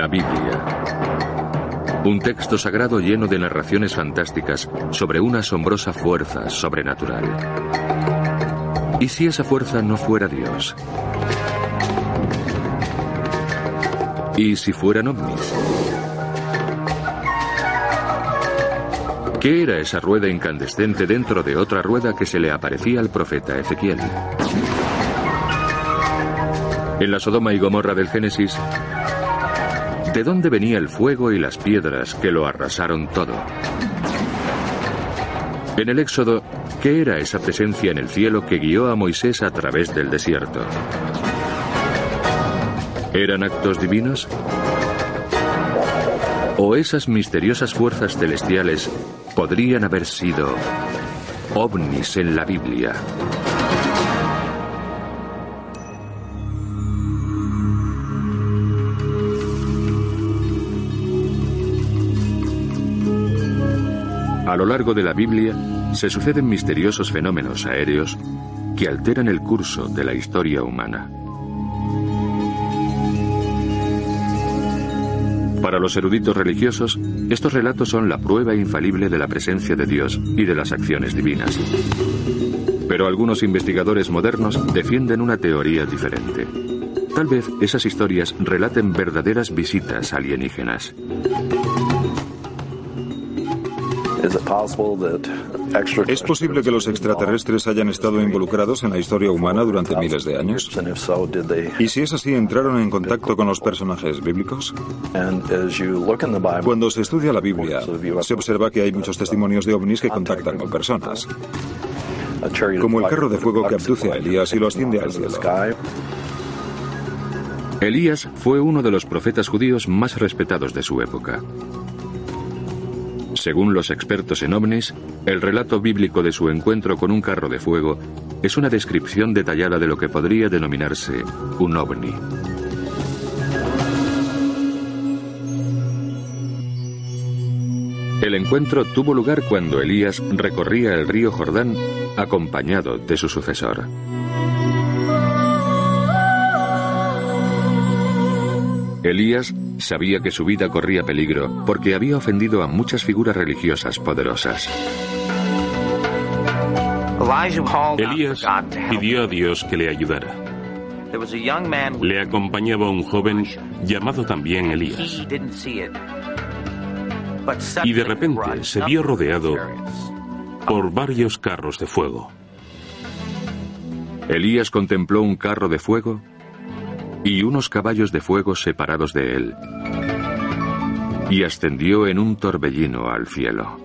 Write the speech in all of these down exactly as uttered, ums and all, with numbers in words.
La Biblia. Un texto sagrado lleno de narraciones fantásticas sobre una asombrosa fuerza sobrenatural. ¿Y si esa fuerza no fuera Dios? ¿Y si fueran ovnis? ¿Qué era esa rueda incandescente dentro de otra rueda que se le aparecía al profeta Ezequiel? En la Sodoma y Gomorra del Génesis, ¿de dónde venía el fuego y las piedras que lo arrasaron todo? En el Éxodo, ¿qué era esa presencia en el cielo que guió a Moisés a través del desierto? ¿Eran actos divinos? ¿O esas misteriosas fuerzas celestiales podrían haber sido ovnis en la Biblia? A lo largo de la Biblia se suceden misteriosos fenómenos aéreos que alteran el curso de la historia humana. Para los eruditos religiosos, estos relatos son la prueba infalible de la presencia de Dios y de las acciones divinas. Pero algunos investigadores modernos defienden una teoría diferente. Tal vez esas historias relaten verdaderas visitas alienígenas. ¿Es posible que los extraterrestres hayan estado involucrados en la historia humana durante miles de años? ¿Y si es así, entraron en contacto con los personajes bíblicos? Cuando se estudia la Biblia, se observa que hay muchos testimonios de ovnis que contactan con personas, como el carro de fuego que abduce a Elías y lo asciende al cielo. Elías fue uno de los profetas judíos más respetados de su época. Según los expertos en ovnis, el relato bíblico de su encuentro con un carro de fuego es una descripción detallada de lo que podría denominarse un ovni. El encuentro tuvo lugar cuando Elías recorría el río Jordán acompañado de su sucesor. Elías sabía que su vida corría peligro porque había ofendido a muchas figuras religiosas poderosas. Elías pidió a Dios que le ayudara. Le acompañaba un joven llamado también Elías. Y de repente se vio rodeado por varios carros de fuego. Elías contempló un carro de fuego y unos caballos de fuego separados de él, y ascendió en un torbellino al cielo.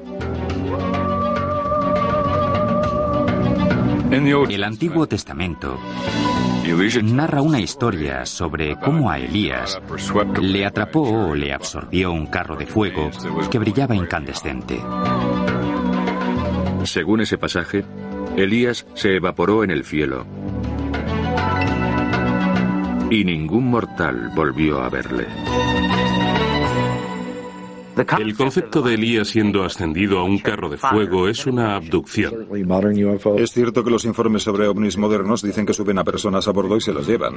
El Antiguo Testamento narra una historia sobre cómo a Elías le atrapó o le absorbió un carro de fuego que brillaba incandescente. Según ese pasaje, Elías se evaporó en el cielo y ningún mortal volvió a verle. El concepto de Elías siendo ascendido a un carro de fuego es una abducción. Es cierto que los informes sobre ovnis modernos dicen que suben a personas a bordo y se las llevan.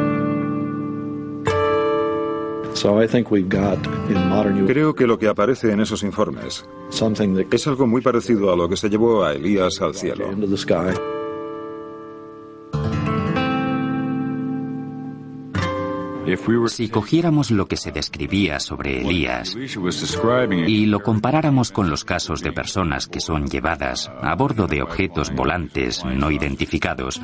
Creo que lo que aparece en esos informes es algo muy parecido a lo que se llevó a Elías al cielo. Si cogiéramos lo que se describía sobre Elías y lo comparáramos con los casos de personas que son llevadas a bordo de objetos volantes no identificados,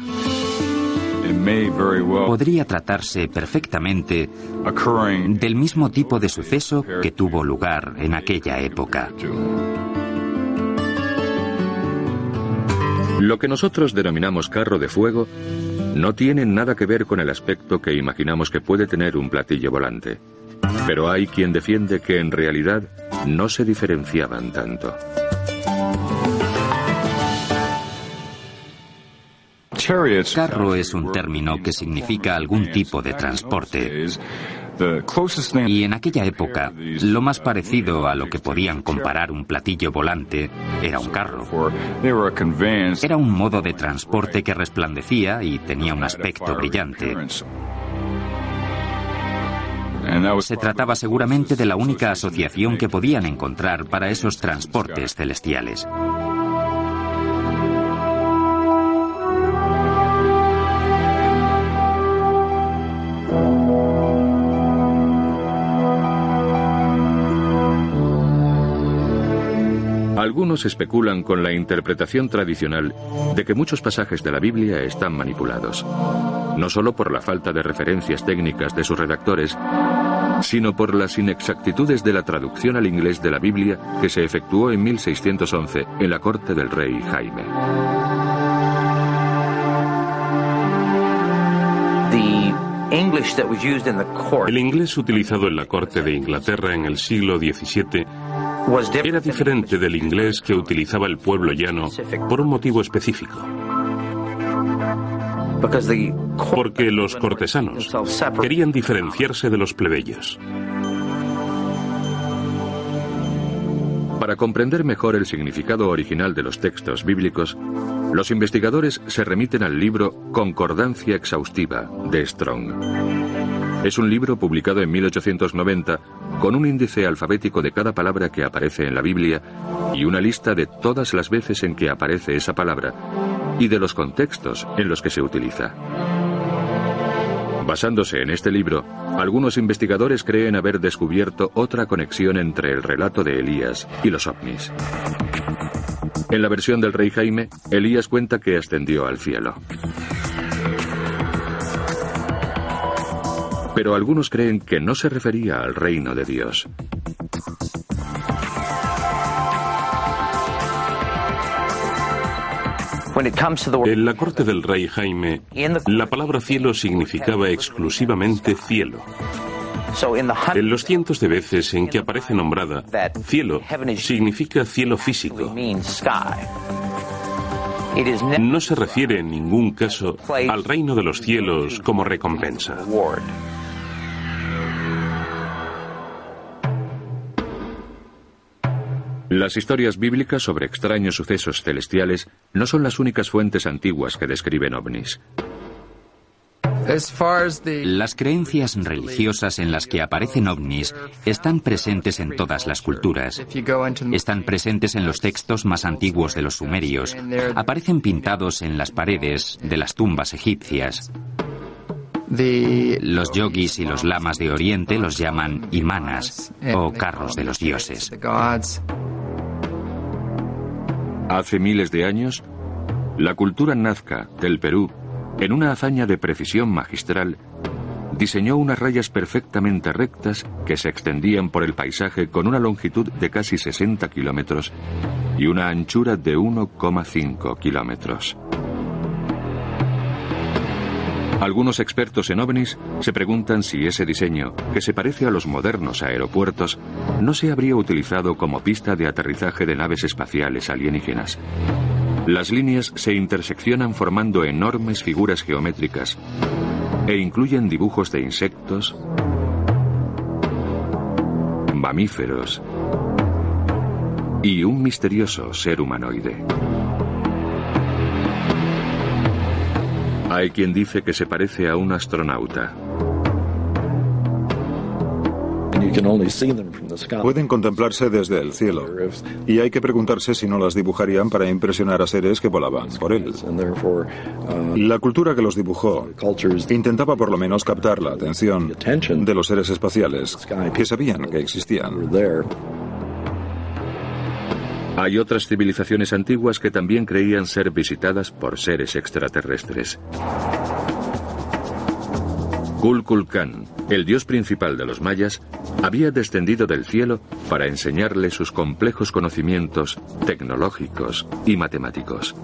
podría tratarse perfectamente del mismo tipo de suceso que tuvo lugar en aquella época. Lo que nosotros denominamos carro de fuego no tiene nada que ver con el aspecto que imaginamos que puede tener un platillo volante. Pero hay quien defiende que en realidad no se diferenciaban tanto. Carro es un término que significa algún tipo de transporte. Y en aquella época, lo más parecido a lo que podían comparar un platillo volante era un carro. Era un modo de transporte que resplandecía y tenía un aspecto brillante. Se trataba seguramente de la única asociación que podían encontrar para esos transportes celestiales. Algunos especulan con la interpretación tradicional de que muchos pasajes de la Biblia están manipulados, no solo por la falta de referencias técnicas de sus redactores, sino por las inexactitudes de la traducción al inglés de la Biblia que se efectuó en mil seiscientos once en la corte del rey Jaime. El inglés utilizado en la corte de Inglaterra en el siglo diecisiete era diferente del inglés que utilizaba el pueblo llano por un motivo específico. Porque los cortesanos querían diferenciarse de los plebeyos. Para comprender mejor el significado original de los textos bíblicos, los investigadores se remiten al libro Concordancia Exhaustiva de Strong. Es un libro publicado en mil ochocientos noventa con un índice alfabético de cada palabra que aparece en la Biblia y una lista de todas las veces en que aparece esa palabra y de los contextos en los que se utiliza. Basándose en este libro, algunos investigadores creen haber descubierto otra conexión entre el relato de Elías y los ovnis. En la versión del rey Jaime, Elías cuenta que ascendió al cielo. Pero algunos creen que no se refería al reino de Dios. En la corte del rey Jaime, la palabra cielo significaba exclusivamente cielo. En los cientos de veces en que aparece nombrada, cielo significa cielo físico. No se refiere en ningún caso al reino de los cielos como recompensa. Las historias bíblicas sobre extraños sucesos celestiales no son las únicas fuentes antiguas que describen ovnis. Las creencias religiosas en las que aparecen ovnis están presentes en todas las culturas. Están presentes en los textos más antiguos de los sumerios. Aparecen pintados en las paredes de las tumbas egipcias. Los yogis y los lamas de Oriente los llaman imanas o carros de los dioses. Hace miles de años, la cultura nazca del Perú, en una hazaña de precisión magistral, diseñó unas rayas perfectamente rectas que se extendían por el paisaje con una longitud de casi sesenta kilómetros y una anchura de uno coma cinco kilómetros. Algunos expertos en ovnis se preguntan si ese diseño, que se parece a los modernos aeropuertos, no se habría utilizado como pista de aterrizaje de naves espaciales alienígenas. Las líneas se interseccionan formando enormes figuras geométricas e incluyen dibujos de insectos, mamíferos y un misterioso ser humanoide. Hay quien dice que se parece a un astronauta. Pueden contemplarse desde el cielo, y hay que preguntarse si no las dibujarían para impresionar a seres que volaban por él. La cultura que los dibujó intentaba por lo menos captar la atención de los seres espaciales que sabían que existían. Hay otras civilizaciones antiguas que también creían ser visitadas por seres extraterrestres. Kukulcán, el dios principal de los mayas, había descendido del cielo para enseñarle sus complejos conocimientos tecnológicos y matemáticos.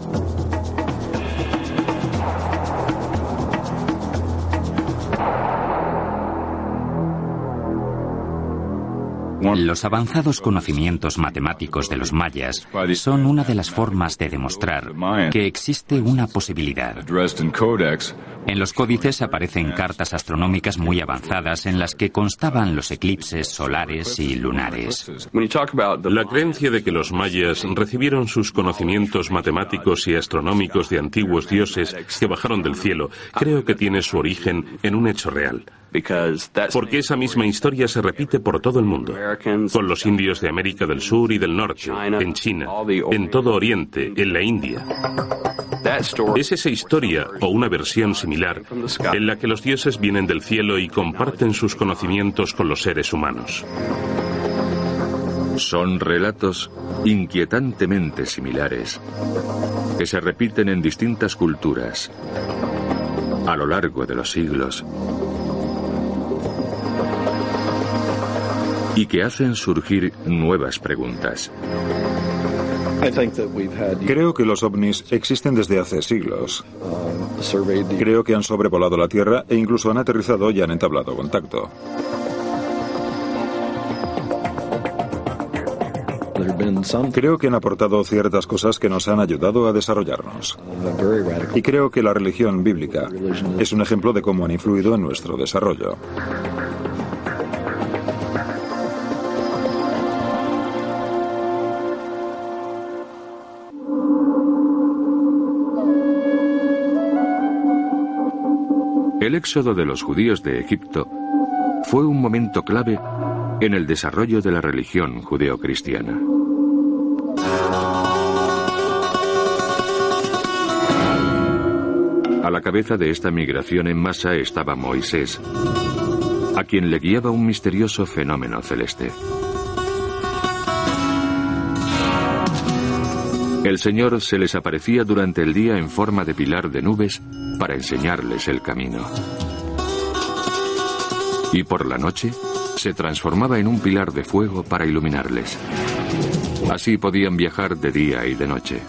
Los avanzados conocimientos matemáticos de los mayas son una de las formas de demostrar que existe una posibilidad. En los códices aparecen cartas astronómicas muy avanzadas en las que constaban los eclipses solares y lunares. La creencia de que los mayas recibieron sus conocimientos matemáticos y astronómicos de antiguos dioses que bajaron del cielo, creo que tiene su origen en un hecho real. Porque esa misma historia se repite por todo el mundo, con los indios de América del Sur y del Norte, en China, en todo Oriente, en la India. Es esa historia, o una versión similar, en la que los dioses vienen del cielo y comparten sus conocimientos con los seres humanos. Son relatos inquietantemente similares, que se repiten en distintas culturas, a lo largo de los siglos, y que hacen surgir nuevas preguntas. Creo que los ovnis existen desde hace siglos. Creo que han sobrevolado la Tierra e incluso han aterrizado y han entablado contacto. Creo que han aportado ciertas cosas que nos han ayudado a desarrollarnos. Y creo que la religión bíblica es un ejemplo de cómo han influido en nuestro desarrollo. El éxodo de los judíos de Egipto fue un momento clave en el desarrollo de la religión judeocristiana. A la cabeza de esta migración en masa estaba Moisés, a quien le guiaba un misterioso fenómeno celeste. El Señor se les aparecía durante el día en forma de pilar de nubes para enseñarles el camino. Y por la noche se transformaba en un pilar de fuego para iluminarles. Así podían viajar de día y de noche.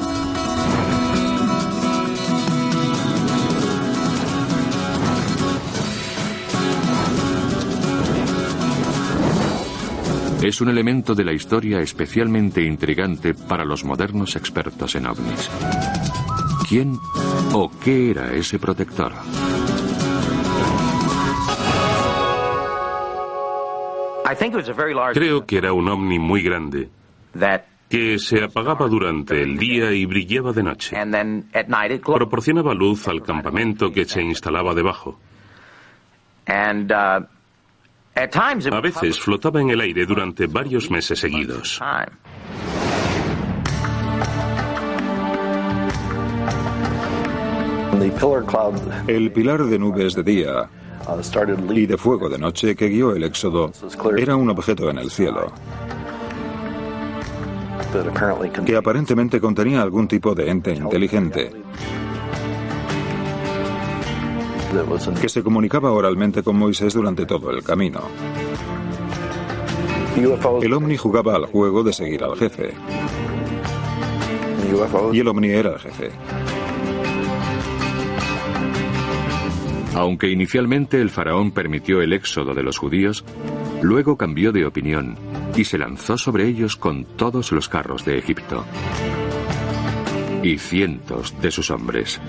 Es un elemento de la historia especialmente intrigante para los modernos expertos en ovnis. ¿Quién o qué era ese protector? Creo que era un ovni muy grande, que se apagaba durante el día y brillaba de noche. Proporcionaba luz al campamento que se instalaba debajo. A veces flotaba en el aire durante varios meses seguidos. El pilar de nubes de día y de fuego de noche que guió el éxodo era un objeto en el cielo, que aparentemente contenía algún tipo de ente inteligente, que se comunicaba oralmente con Moisés durante todo el camino. El ovni jugaba al juego de seguir al jefe, y el ovni era el jefe. Aunque inicialmente el faraón permitió el éxodo de los judíos, luego cambió de opinión y se lanzó sobre ellos con todos los carros de Egipto y cientos de sus hombres.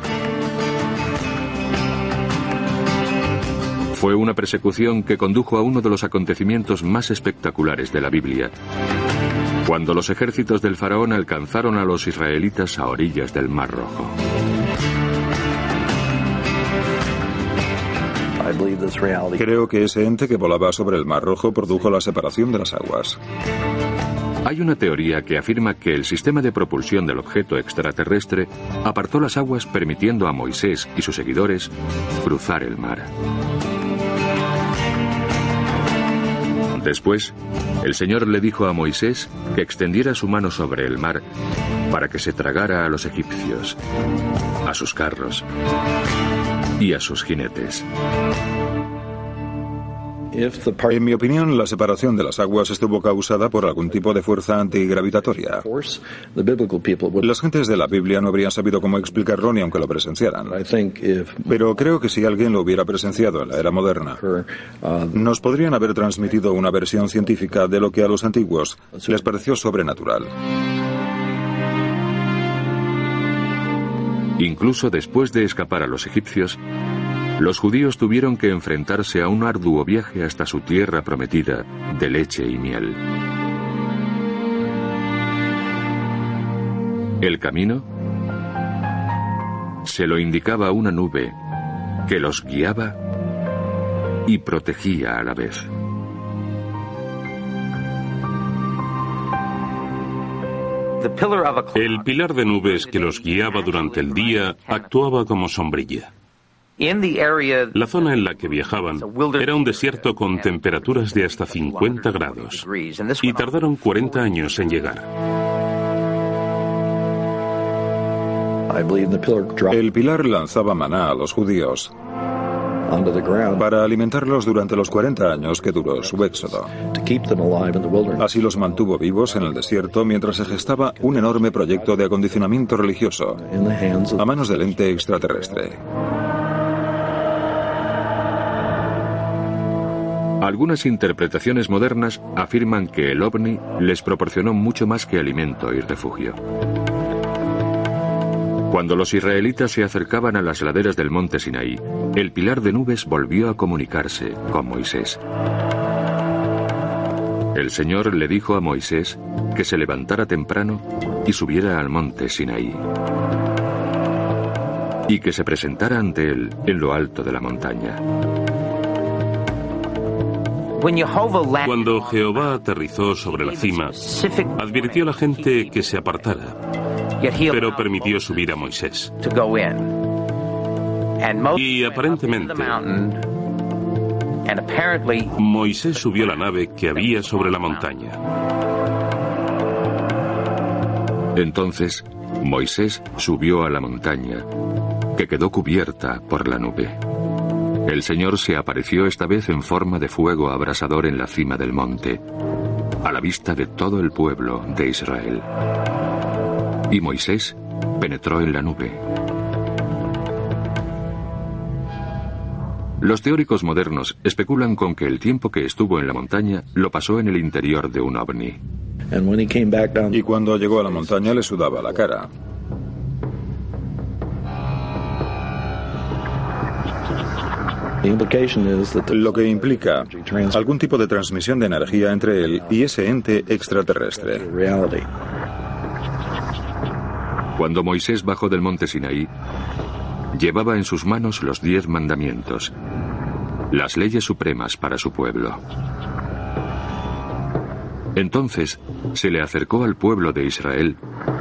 Fue una persecución que condujo a uno de los acontecimientos más espectaculares de la Biblia, cuando los ejércitos del faraón alcanzaron a los israelitas a orillas del Mar Rojo. Creo que ese ente que volaba sobre el Mar Rojo produjo la separación de las aguas. Hay una teoría que afirma que el sistema de propulsión del objeto extraterrestre apartó las aguas permitiendo a Moisés y sus seguidores cruzar el mar. Después, el Señor le dijo a Moisés que extendiera su mano sobre el mar para que se tragara a los egipcios, a sus carros y a sus jinetes. En mi opinión, la separación de las aguas estuvo causada por algún tipo de fuerza antigravitatoria. Las gentes de la Biblia no habrían sabido cómo explicarlo ni aunque lo presenciaran. Pero creo que si alguien lo hubiera presenciado en la era moderna, nos podrían haber transmitido una versión científica de lo que a los antiguos les pareció sobrenatural. Incluso después de escapar a los egipcios, los judíos tuvieron que enfrentarse a un arduo viaje hasta su tierra prometida de leche y miel. El camino se lo indicaba una nube que los guiaba y protegía a la vez. El pilar de nubes que los guiaba durante el día actuaba como sombrilla. La zona en la que viajaban era un desierto con temperaturas de hasta cincuenta grados y tardaron cuarenta años en llegar. El pilar lanzaba maná a los judíos para alimentarlos durante los cuarenta años que duró su éxodo. Así los mantuvo vivos en el desierto mientras se gestaba un enorme proyecto de acondicionamiento religioso a manos del ente extraterrestre. Algunas interpretaciones modernas afirman que el ovni les proporcionó mucho más que alimento y refugio. Cuando los israelitas se acercaban a las laderas del monte Sinaí, el pilar de nubes volvió a comunicarse con Moisés. El Señor le dijo a Moisés que se levantara temprano y subiera al monte Sinaí, y que se presentara ante él en lo alto de la montaña. Cuando Jehová aterrizó sobre la cima, advirtió a la gente que se apartara, pero permitió subir a Moisés. Y aparentemente, Moisés subió la nave que había sobre la montaña. Entonces, Moisés subió a la montaña, que quedó cubierta por la nube. El Señor se apareció esta vez en forma de fuego abrasador en la cima del monte, a la vista de todo el pueblo de Israel. Y Moisés penetró en la nube. Los teóricos modernos especulan con que el tiempo que estuvo en la montaña lo pasó en el interior de un ovni. Y cuando llegó a la montaña le sudaba la cara. Lo que implica algún tipo de transmisión de energía entre él y ese ente extraterrestre. Cuando Moisés bajó del monte Sinaí, llevaba en sus manos los diez mandamientos, las leyes supremas para su pueblo. Entonces se le acercó al pueblo de Israel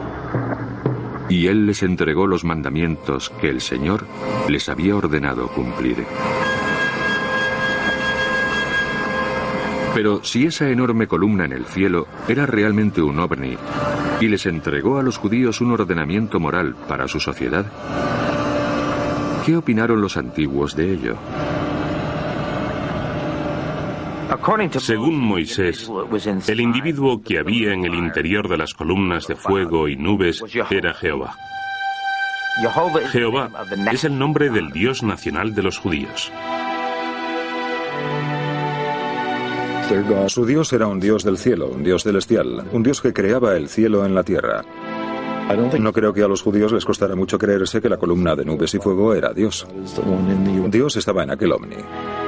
y él les entregó los mandamientos que el Señor les había ordenado cumplir. Pero si esa enorme columna en el cielo era realmente un ovni y les entregó a los judíos un ordenamiento moral para su sociedad, ¿qué opinaron los antiguos de ello? Según Moisés, el individuo que había en el interior de las columnas de fuego y nubes era Jehová. Jehová es el nombre del Dios nacional de los judíos. Su Dios era un Dios del cielo, un Dios celestial, un Dios que creaba el cielo en la tierra. No creo que a los judíos les costara mucho creerse que la columna de nubes y fuego era Dios. Dios estaba en aquel ovni.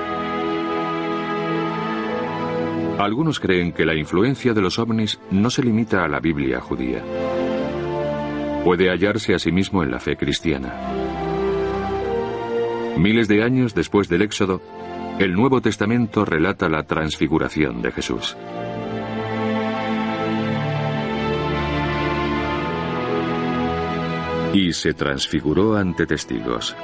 Algunos creen que la influencia de los ovnis no se limita a la Biblia judía. Puede hallarse a sí mismo en la fe cristiana. Miles de años después del Éxodo, el Nuevo Testamento relata la transfiguración de Jesús. Y se transfiguró ante testigos.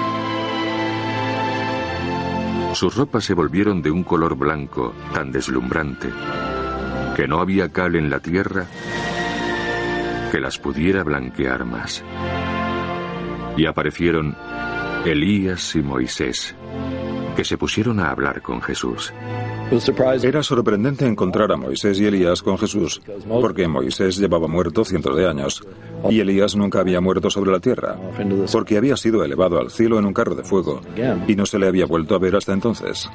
Sus ropas se volvieron de un color blanco tan deslumbrante que no había cal en la tierra que las pudiera blanquear más. Y aparecieron Elías y Moisés, que se pusieron a hablar con Jesús. Era sorprendente encontrar a Moisés y Elías con Jesús, porque Moisés llevaba muerto cientos de años, y Elías nunca había muerto sobre la tierra, porque había sido elevado al cielo en un carro de fuego, y no se le había vuelto a ver hasta entonces.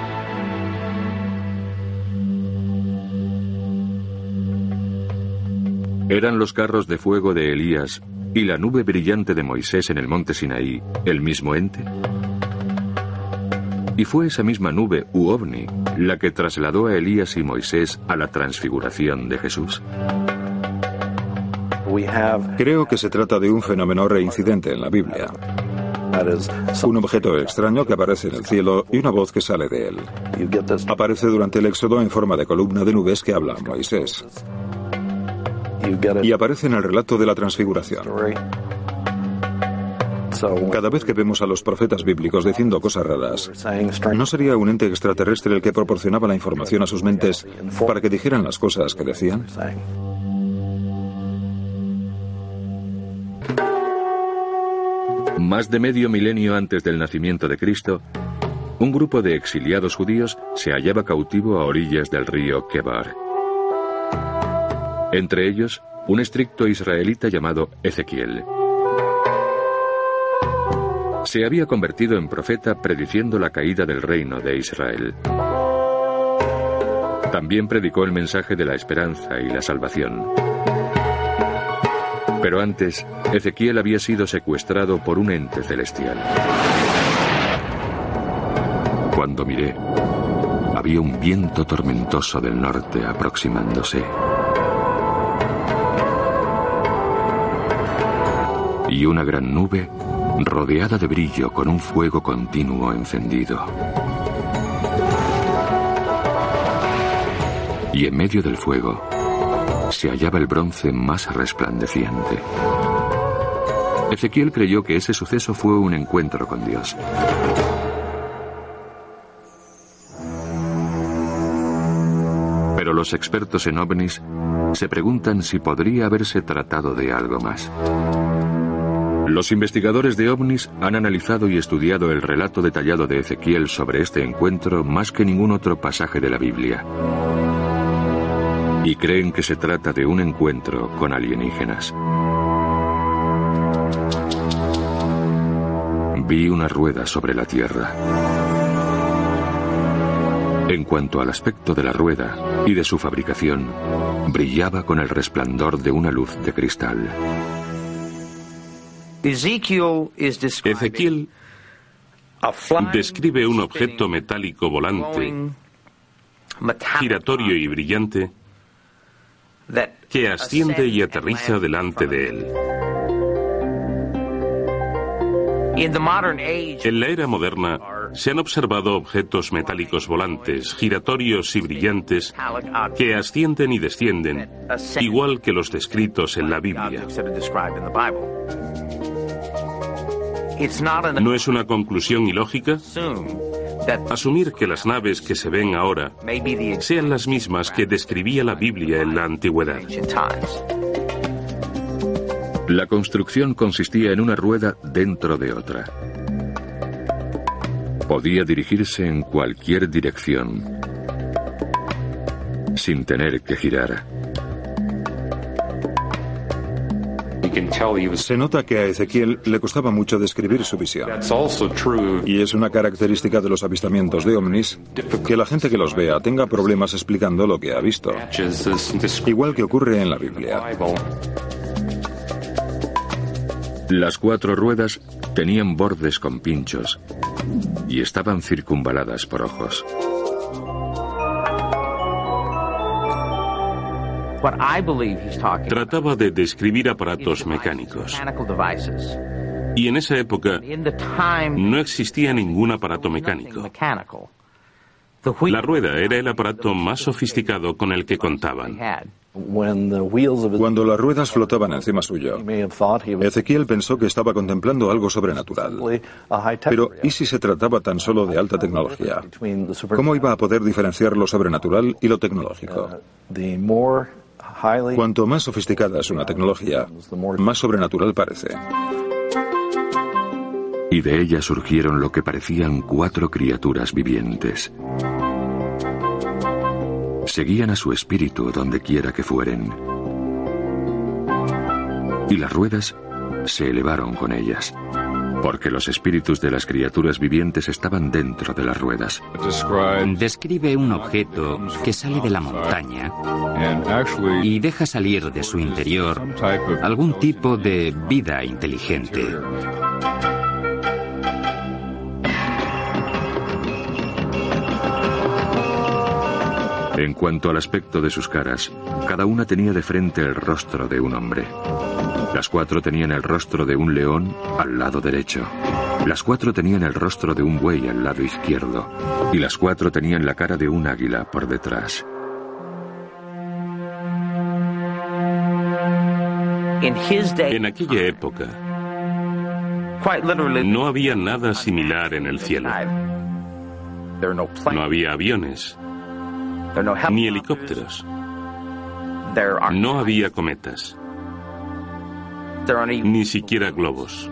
¿Eran los carros de fuego de Elías y la nube brillante de Moisés en el monte Sinaí el mismo ente? Y fue esa misma nube u ovni la que trasladó a Elías y Moisés a la transfiguración de Jesús. Creo que se trata de un fenómeno reincidente en la Biblia. Un objeto extraño que aparece en el cielo y una voz que sale de él. Aparece durante el Éxodo en forma de columna de nubes que habla a Moisés. Y aparece en el relato de la Transfiguración. Cada vez que vemos a los profetas bíblicos diciendo cosas raras, ¿no sería un ente extraterrestre el que proporcionaba la información a sus mentes para que dijeran las cosas que decían? Más de medio milenio antes del nacimiento de Cristo, un grupo de exiliados judíos se hallaba cautivo a orillas del río Kebar. Entre ellos, un estricto israelita llamado Ezequiel. Se había convertido en profeta prediciendo la caída del reino de Israel. También predicó el mensaje de la esperanza y la salvación. Pero antes, Ezequiel había sido secuestrado por un ente celestial. Cuando miré, había un viento tormentoso del norte aproximándose. Y una gran nube rodeada de brillo con un fuego continuo encendido. Y en medio del fuego se hallaba el bronce más resplandeciente. Ezequiel creyó que ese suceso fue un encuentro con Dios. Pero los expertos en ovnis se preguntan si podría haberse tratado de algo más. Los investigadores de ovnis han analizado y estudiado el relato detallado de Ezequiel sobre este encuentro más que ningún otro pasaje de la Biblia. Y creen que se trata de un encuentro con alienígenas. Vi una rueda sobre la tierra. En cuanto al aspecto de la rueda y de su fabricación, brillaba con el resplandor de una luz de cristal. Ezequiel describe un objeto metálico volante, giratorio y brillante, que asciende y aterriza delante de él. En la era moderna se han observado objetos metálicos volantes, giratorios y brillantes que ascienden y descienden, igual que los descritos en la Biblia. ¿No es una conclusión ilógica asumir que las naves que se ven ahora sean las mismas que describía la Biblia en la antigüedad? La construcción consistía en una rueda dentro de otra. Podía dirigirse en cualquier dirección, sin tener que girar. Se nota que a Ezequiel le costaba mucho describir su visión. Y es una característica de los avistamientos de ovnis que la gente que los vea tenga problemas explicando lo que ha visto. Igual que ocurre en la Biblia. Las cuatro ruedas tenían bordes con pinchos y estaban circunvaladas por ojos. Trataba de describir aparatos mecánicos. Y en esa época no existía ningún aparato mecánico. La rueda era el aparato más sofisticado con el que contaban. Cuando las ruedas flotaban encima suyo, Ezequiel pensó que estaba contemplando algo sobrenatural. Pero, ¿y si se trataba tan solo de alta tecnología? ¿Cómo iba a poder diferenciar lo sobrenatural y lo tecnológico? Cuanto más sofisticada es una tecnología, más sobrenatural parece. Y de ella surgieron lo que parecían cuatro criaturas vivientes. Seguían a su espíritu donde quiera que fueren. Y las ruedas se elevaron con ellas, porque los espíritus de las criaturas vivientes estaban dentro de las ruedas. Describe un objeto que sale de la montaña y deja salir de su interior algún tipo de vida inteligente. En cuanto al aspecto de sus caras, cada una tenía de frente el rostro de un hombre. Las cuatro tenían el rostro de un león al lado derecho. Las cuatro tenían el rostro de un buey al lado izquierdo. Y las cuatro tenían la cara de un águila por detrás. En aquella época, no había nada similar en el cielo. No había aviones, ni helicópteros. No había cometas, ni siquiera globos.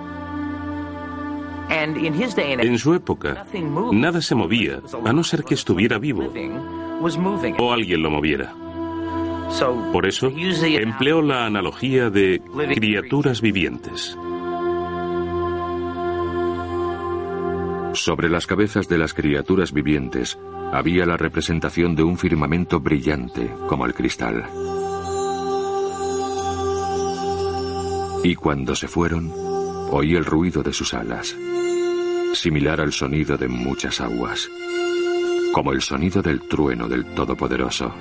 En su época, nada se movía, a no ser que estuviera vivo o alguien lo moviera. Por eso, empleó la analogía de criaturas vivientes. Sobre las cabezas de las criaturas vivientes había la representación de un firmamento brillante como el cristal. Y cuando se fueron, oí el ruido de sus alas, similar al sonido de muchas aguas, como el sonido del trueno del Todopoderoso.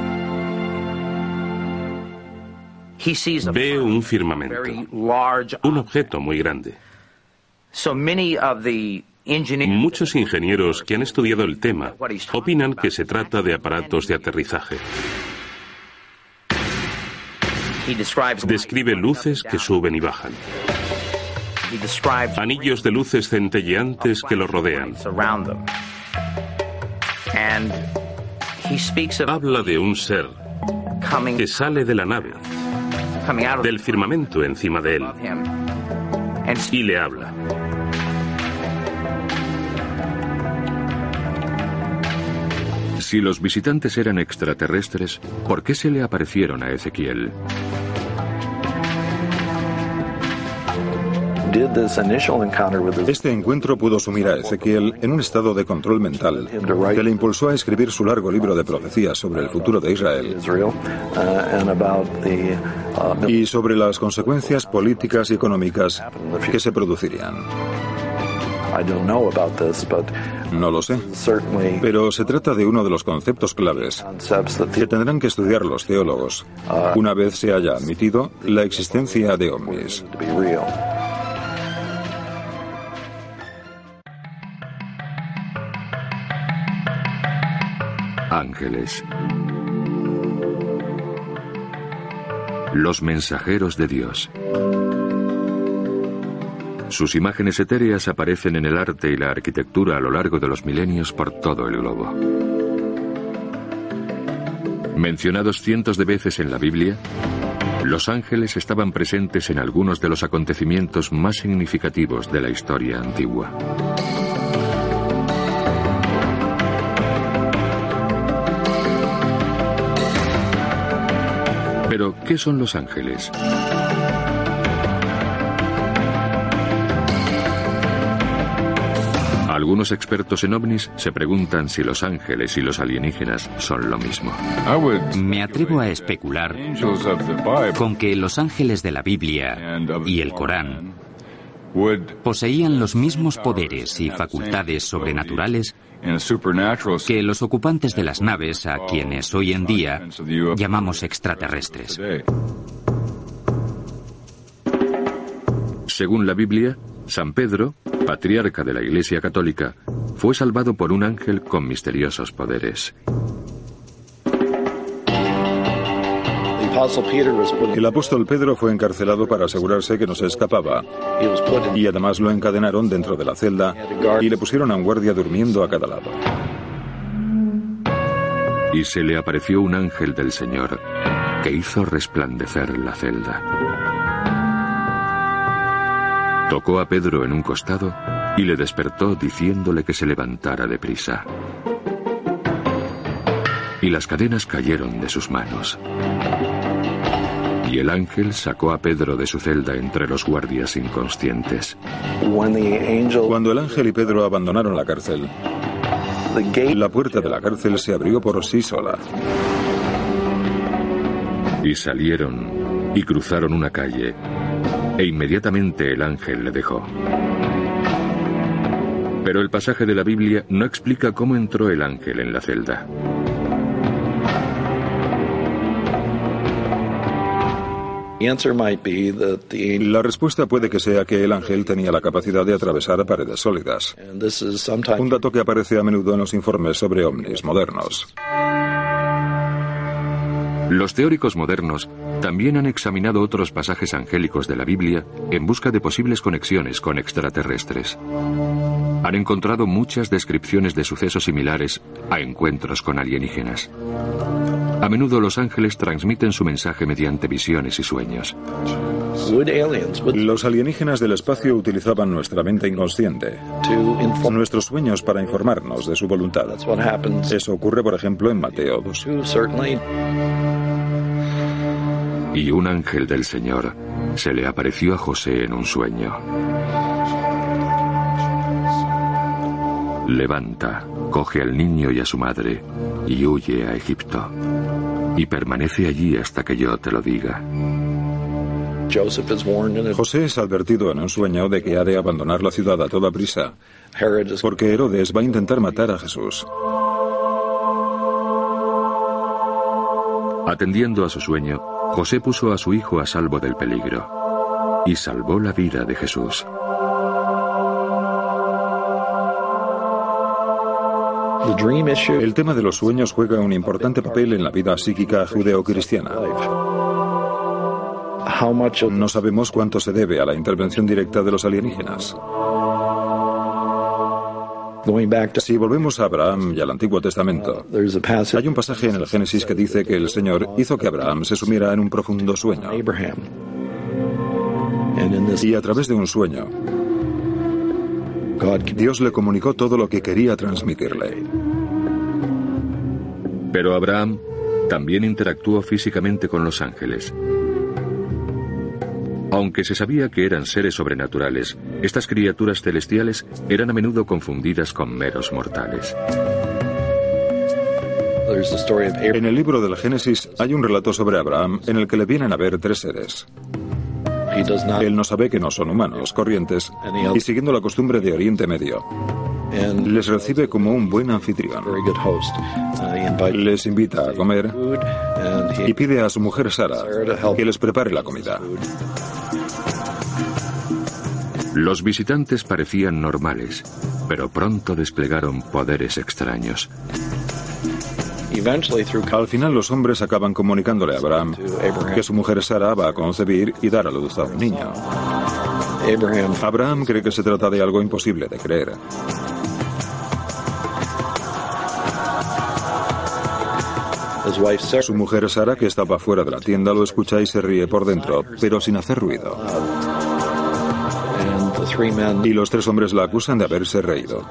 Ve un firmamento, un objeto muy grande. Muchos ingenieros que han estudiado el tema opinan que se trata de aparatos de aterrizaje. Describe luces que suben y bajan, anillos de luces centelleantes que lo rodean. Habla de un ser que sale de la nave, del firmamento encima de él, y le habla. Si los visitantes eran extraterrestres, ¿por qué se le aparecieron a Ezequiel? Este encuentro pudo sumir a Ezequiel en un estado de control mental que le impulsó a escribir su largo libro de profecías sobre el futuro de Israel y sobre las consecuencias políticas y económicas que se producirían. No lo sé, pero se trata de uno de los conceptos claves que tendrán que estudiar los teólogos una vez se haya admitido la existencia de ovnis. Ángeles. Los mensajeros de Dios. Sus imágenes etéreas aparecen en el arte y la arquitectura a lo largo de los milenios por todo el globo. Mencionados cientos de veces en la Biblia, los ángeles estaban presentes en algunos de los acontecimientos más significativos de la historia antigua. Pero, ¿qué son los ángeles? Algunos expertos en ovnis se preguntan si los ángeles y los alienígenas son lo mismo. Me atrevo a especular con que los ángeles de la Biblia y el Corán poseían los mismos poderes y facultades sobrenaturales que los ocupantes de las naves a quienes hoy en día llamamos extraterrestres. Según la Biblia, San Pedro, patriarca de la Iglesia Católica, fue salvado por un ángel con misteriosos poderes. El apóstol Pedro fue encarcelado para asegurarse que no se escapaba, y además lo encadenaron dentro de la celda y le pusieron a un guardia durmiendo a cada lado. Y se le apareció un ángel del Señor que hizo resplandecer la celda. Tocó a Pedro en un costado y le despertó diciéndole que se levantara deprisa. Y las cadenas cayeron de sus manos. Y el ángel sacó a Pedro de su celda entre los guardias inconscientes. Cuando el ángel y Pedro abandonaron la cárcel, la puerta de la cárcel se abrió por sí sola. Y salieron y cruzaron una calle, e inmediatamente el ángel le dejó. Pero el pasaje de la Biblia no explica cómo entró el ángel en la celda. La respuesta puede que sea que el ángel tenía la capacidad de atravesar paredes sólidas. Un dato que aparece a menudo en los informes sobre ovnis modernos. Los teóricos modernos también han examinado otros pasajes angélicos de la Biblia en busca de posibles conexiones con extraterrestres. Han encontrado muchas descripciones de sucesos similares a encuentros con alienígenas. A menudo los ángeles transmiten su mensaje mediante visiones y sueños. Los alienígenas del espacio utilizaban nuestra mente inconsciente, nuestros sueños para informarnos de su voluntad. Eso ocurre, por ejemplo, en Mateo dos. Y un ángel del Señor se le apareció a José en un sueño. Levanta, coge al niño y a su madre y huye a Egipto. Y permanece allí hasta que yo te lo diga. José es advertido en un sueño de que ha de abandonar la ciudad a toda prisa, porque Herodes va a intentar matar a Jesús. Atendiendo a su sueño, José puso a su hijo a salvo del peligro y salvó la vida de Jesús. El tema de los sueños juega un importante papel en la vida psíquica judeocristiana. No sabemos cuánto se debe a la intervención directa de los alienígenas. Si volvemos a Abraham y al Antiguo Testamento, hay un pasaje en el Génesis que dice que el Señor hizo que Abraham se sumiera en un profundo sueño. Y a través de un sueño, Dios le comunicó todo lo que quería transmitirle. Pero Abraham también interactuó físicamente con los ángeles. Aunque se sabía que eran seres sobrenaturales, estas criaturas celestiales eran a menudo confundidas con meros mortales. En el libro del Génesis hay un relato sobre Abraham en el que le vienen a ver tres seres. Él no sabe que no son humanos, corrientes, y siguiendo la costumbre de Oriente Medio, les recibe como un buen anfitrión. Les invita a comer y pide a su mujer Sara que les prepare la comida. Los visitantes parecían normales, pero pronto desplegaron poderes extraños. Al final los hombres acaban comunicándole a Abraham que su mujer Sara va a concebir y dar a luz a un niño. Abraham cree que se trata de algo imposible de creer. Su mujer Sara, que estaba fuera de la tienda, lo escucha y se ríe por dentro, pero sin hacer ruido. Y los tres hombres la acusan de haberse reído.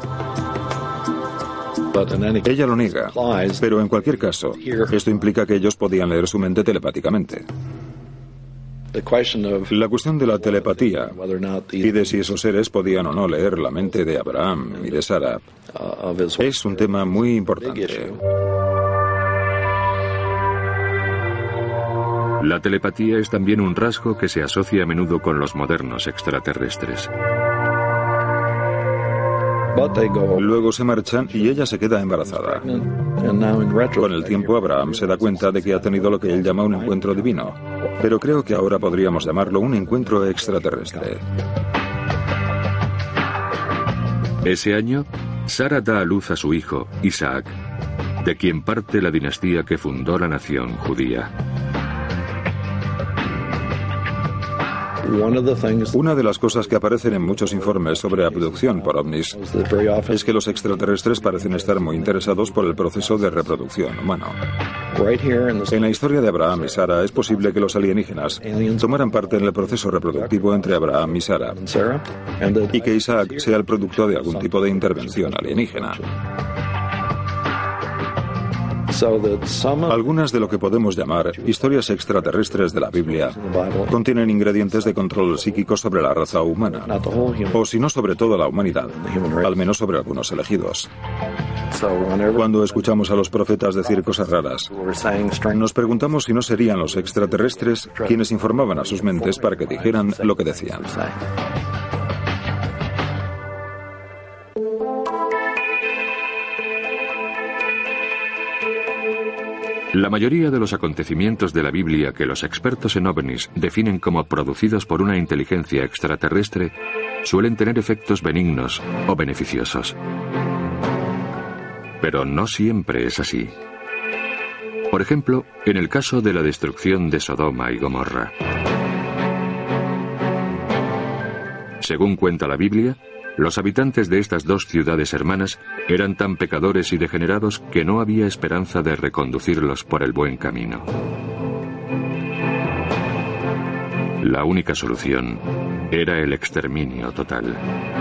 Ella lo niega, pero en cualquier caso, esto implica que ellos podían leer su mente telepáticamente. La cuestión de la telepatía y de si esos seres podían o no leer la mente de Abraham y de Sara es un tema muy importante. La telepatía es también un rasgo que se asocia a menudo con los modernos extraterrestres. Luego se marchan y ella se queda embarazada. Con el tiempo, Abraham se da cuenta de que ha tenido lo que él llama un encuentro divino, pero creo que ahora podríamos llamarlo un encuentro extraterrestre. Ese año, Sara da a luz a su hijo, Isaac, de quien parte la dinastía que fundó la nación judía. Una de las cosas que aparecen en muchos informes sobre abducción por ovnis es que los extraterrestres parecen estar muy interesados por el proceso de reproducción humano. En la historia de Abraham y Sara es posible que los alienígenas tomaran parte en el proceso reproductivo entre Abraham y Sara y que Isaac sea el producto de algún tipo de intervención alienígena. Algunas de lo que podemos llamar historias extraterrestres de la Biblia contienen ingredientes de control psíquico sobre la raza humana, o si no sobre toda la humanidad, al menos sobre algunos elegidos. Cuando escuchamos a los profetas decir cosas raras, nos preguntamos si no serían los extraterrestres quienes informaban a sus mentes para que dijeran lo que decían. La mayoría de los acontecimientos de la Biblia que los expertos en ovnis definen como producidos por una inteligencia extraterrestre suelen tener efectos benignos o beneficiosos. Pero no siempre es así. Por ejemplo, en el caso de la destrucción de Sodoma y Gomorra. Según cuenta la Biblia, los habitantes de estas dos ciudades hermanas eran tan pecadores y degenerados que no había esperanza de reconducirlos por el buen camino. La única solución era el exterminio total.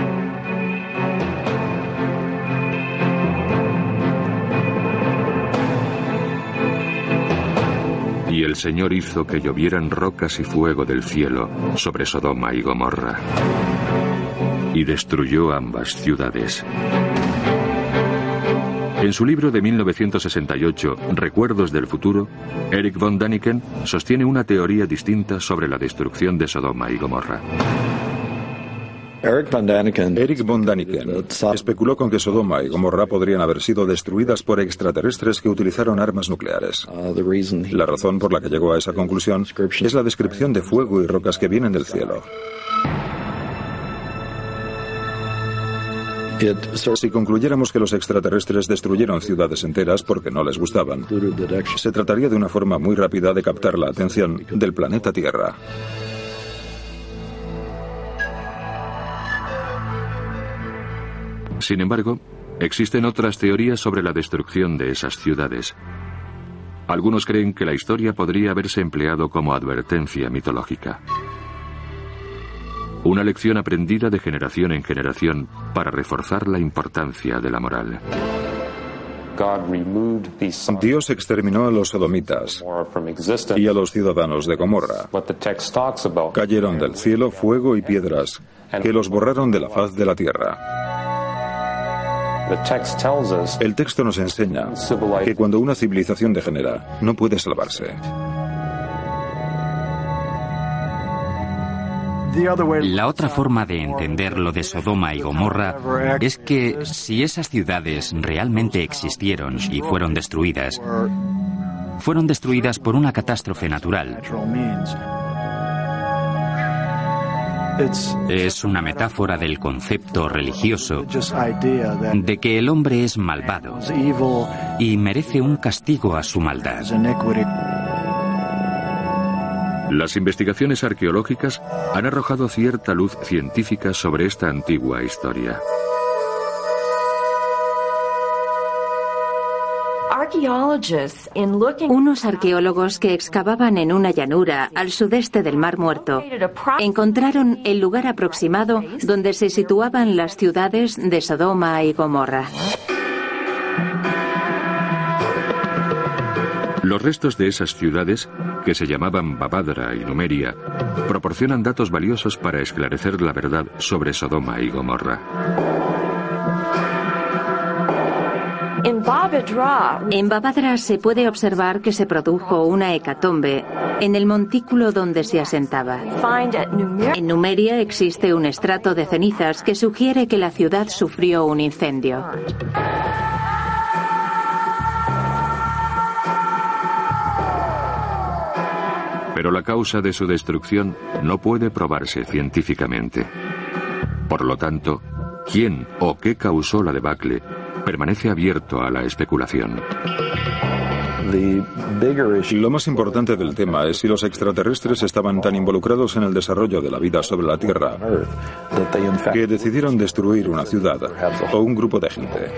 Y el Señor hizo que llovieran rocas y fuego del cielo sobre Sodoma y Gomorra, y destruyó ambas ciudades. En su libro de mil novecientos sesenta y ocho, Recuerdos del futuro, Eric von Däniken sostiene una teoría distinta sobre la destrucción de Sodoma y Gomorra. Eric von Däniken, Eric von Däniken especuló con que Sodoma y Gomorra podrían haber sido destruidas por extraterrestres que utilizaron armas nucleares. La razón por la que llegó a esa conclusión es la descripción de fuego y rocas que vienen del cielo. Si concluyéramos que los extraterrestres destruyeron ciudades enteras porque no les gustaban, se trataría de una forma muy rápida de captar la atención del planeta Tierra. Sin embargo, existen otras teorías sobre la destrucción de esas ciudades. Algunos creen que la historia podría haberse empleado como advertencia mitológica. Una lección aprendida de generación en generación para reforzar la importancia de la moral. Dios exterminó a los sodomitas y a los ciudadanos de Gomorra. Cayeron del cielo fuego y piedras que los borraron de la faz de la tierra. El texto nos enseña que cuando una civilización degenera, no puede salvarse. La otra forma de entender lo de Sodoma y Gomorra es que si esas ciudades realmente existieron y fueron destruidas, fueron destruidas por una catástrofe natural. Es una metáfora del concepto religioso de que el hombre es malvado y merece un castigo a su maldad. Las investigaciones arqueológicas han arrojado cierta luz científica sobre esta antigua historia. Unos arqueólogos que excavaban en una llanura al sudeste del Mar Muerto encontraron el lugar aproximado donde se situaban las ciudades de Sodoma y Gomorra. Los restos de esas ciudades, que se llamaban Babadra y Numeria, proporcionan datos valiosos para esclarecer la verdad sobre Sodoma y Gomorra. En Babadra se puede observar que se produjo una hecatombe en el montículo donde se asentaba. En Numeria existe un estrato de cenizas que sugiere que la ciudad sufrió un incendio. Pero la causa de su destrucción no puede probarse científicamente. Por lo tanto, ¿quién o qué causó la debacle permanece abierto a la especulación? Lo más importante del tema es si los extraterrestres estaban tan involucrados en el desarrollo de la vida sobre la Tierra que decidieron destruir una ciudad o un grupo de gente.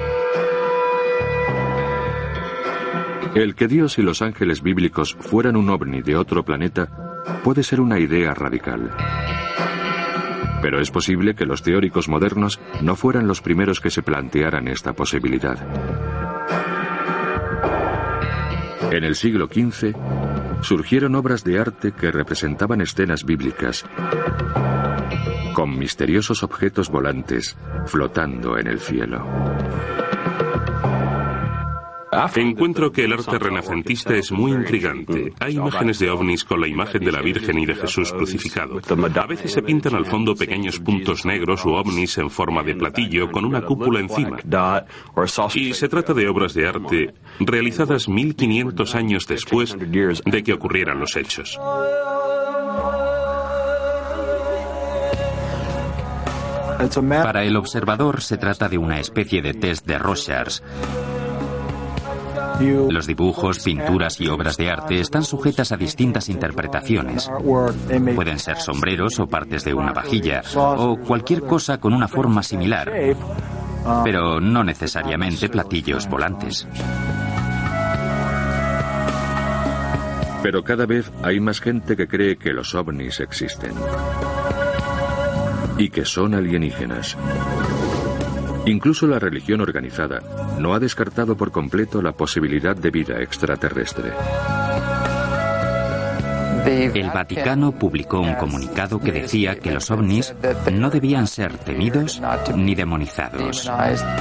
El que Dios y los ángeles bíblicos fueran un ovni de otro planeta puede ser una idea radical. Pero es posible que los teóricos modernos no fueran los primeros que se plantearan esta posibilidad. En el siglo quince, surgieron obras de arte que representaban escenas bíblicas, con misteriosos objetos volantes flotando en el cielo. Encuentro que el arte renacentista es muy intrigante. Hay imágenes de ovnis con la imagen de la Virgen y de Jesús crucificado. A veces se pintan al fondo pequeños puntos negros u ovnis en forma de platillo con una cúpula encima. Y se trata de obras de arte realizadas mil quinientos años después de que ocurrieran los hechos. Para el observador se trata de una especie de test de Rorschach. Los dibujos, pinturas y obras de arte están sujetas a distintas interpretaciones. Pueden ser sombreros o partes de una vajilla, o cualquier cosa con una forma similar, pero no necesariamente platillos volantes. Pero cada vez hay más gente que cree que los ovnis existen y que son alienígenas. Incluso la religión organizada no ha descartado por completo la posibilidad de vida extraterrestre. El Vaticano publicó un comunicado que decía que los ovnis no debían ser temidos ni demonizados.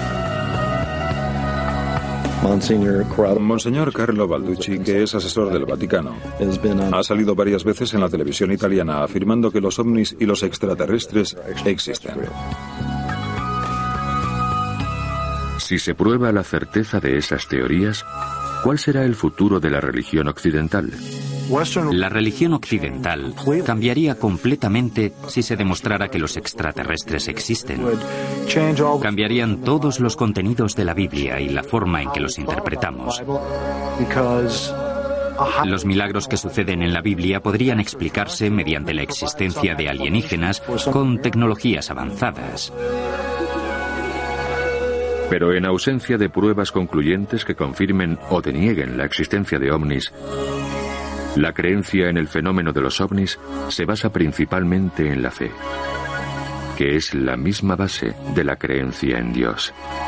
Monseñor Carlo Balducci, que es asesor del Vaticano, ha salido varias veces en la televisión italiana afirmando que los ovnis y los extraterrestres existen. Si se prueba la certeza de esas teorías, ¿cuál será el futuro de la religión occidental? La religión occidental cambiaría completamente si se demostrara que los extraterrestres existen. Cambiarían todos los contenidos de la Biblia y la forma en que los interpretamos. Los milagros que suceden en la Biblia podrían explicarse mediante la existencia de alienígenas con tecnologías avanzadas. Pero en ausencia de pruebas concluyentes que confirmen o denieguen la existencia de ovnis, la creencia en el fenómeno de los ovnis se basa principalmente en la fe, que es la misma base de la creencia en Dios.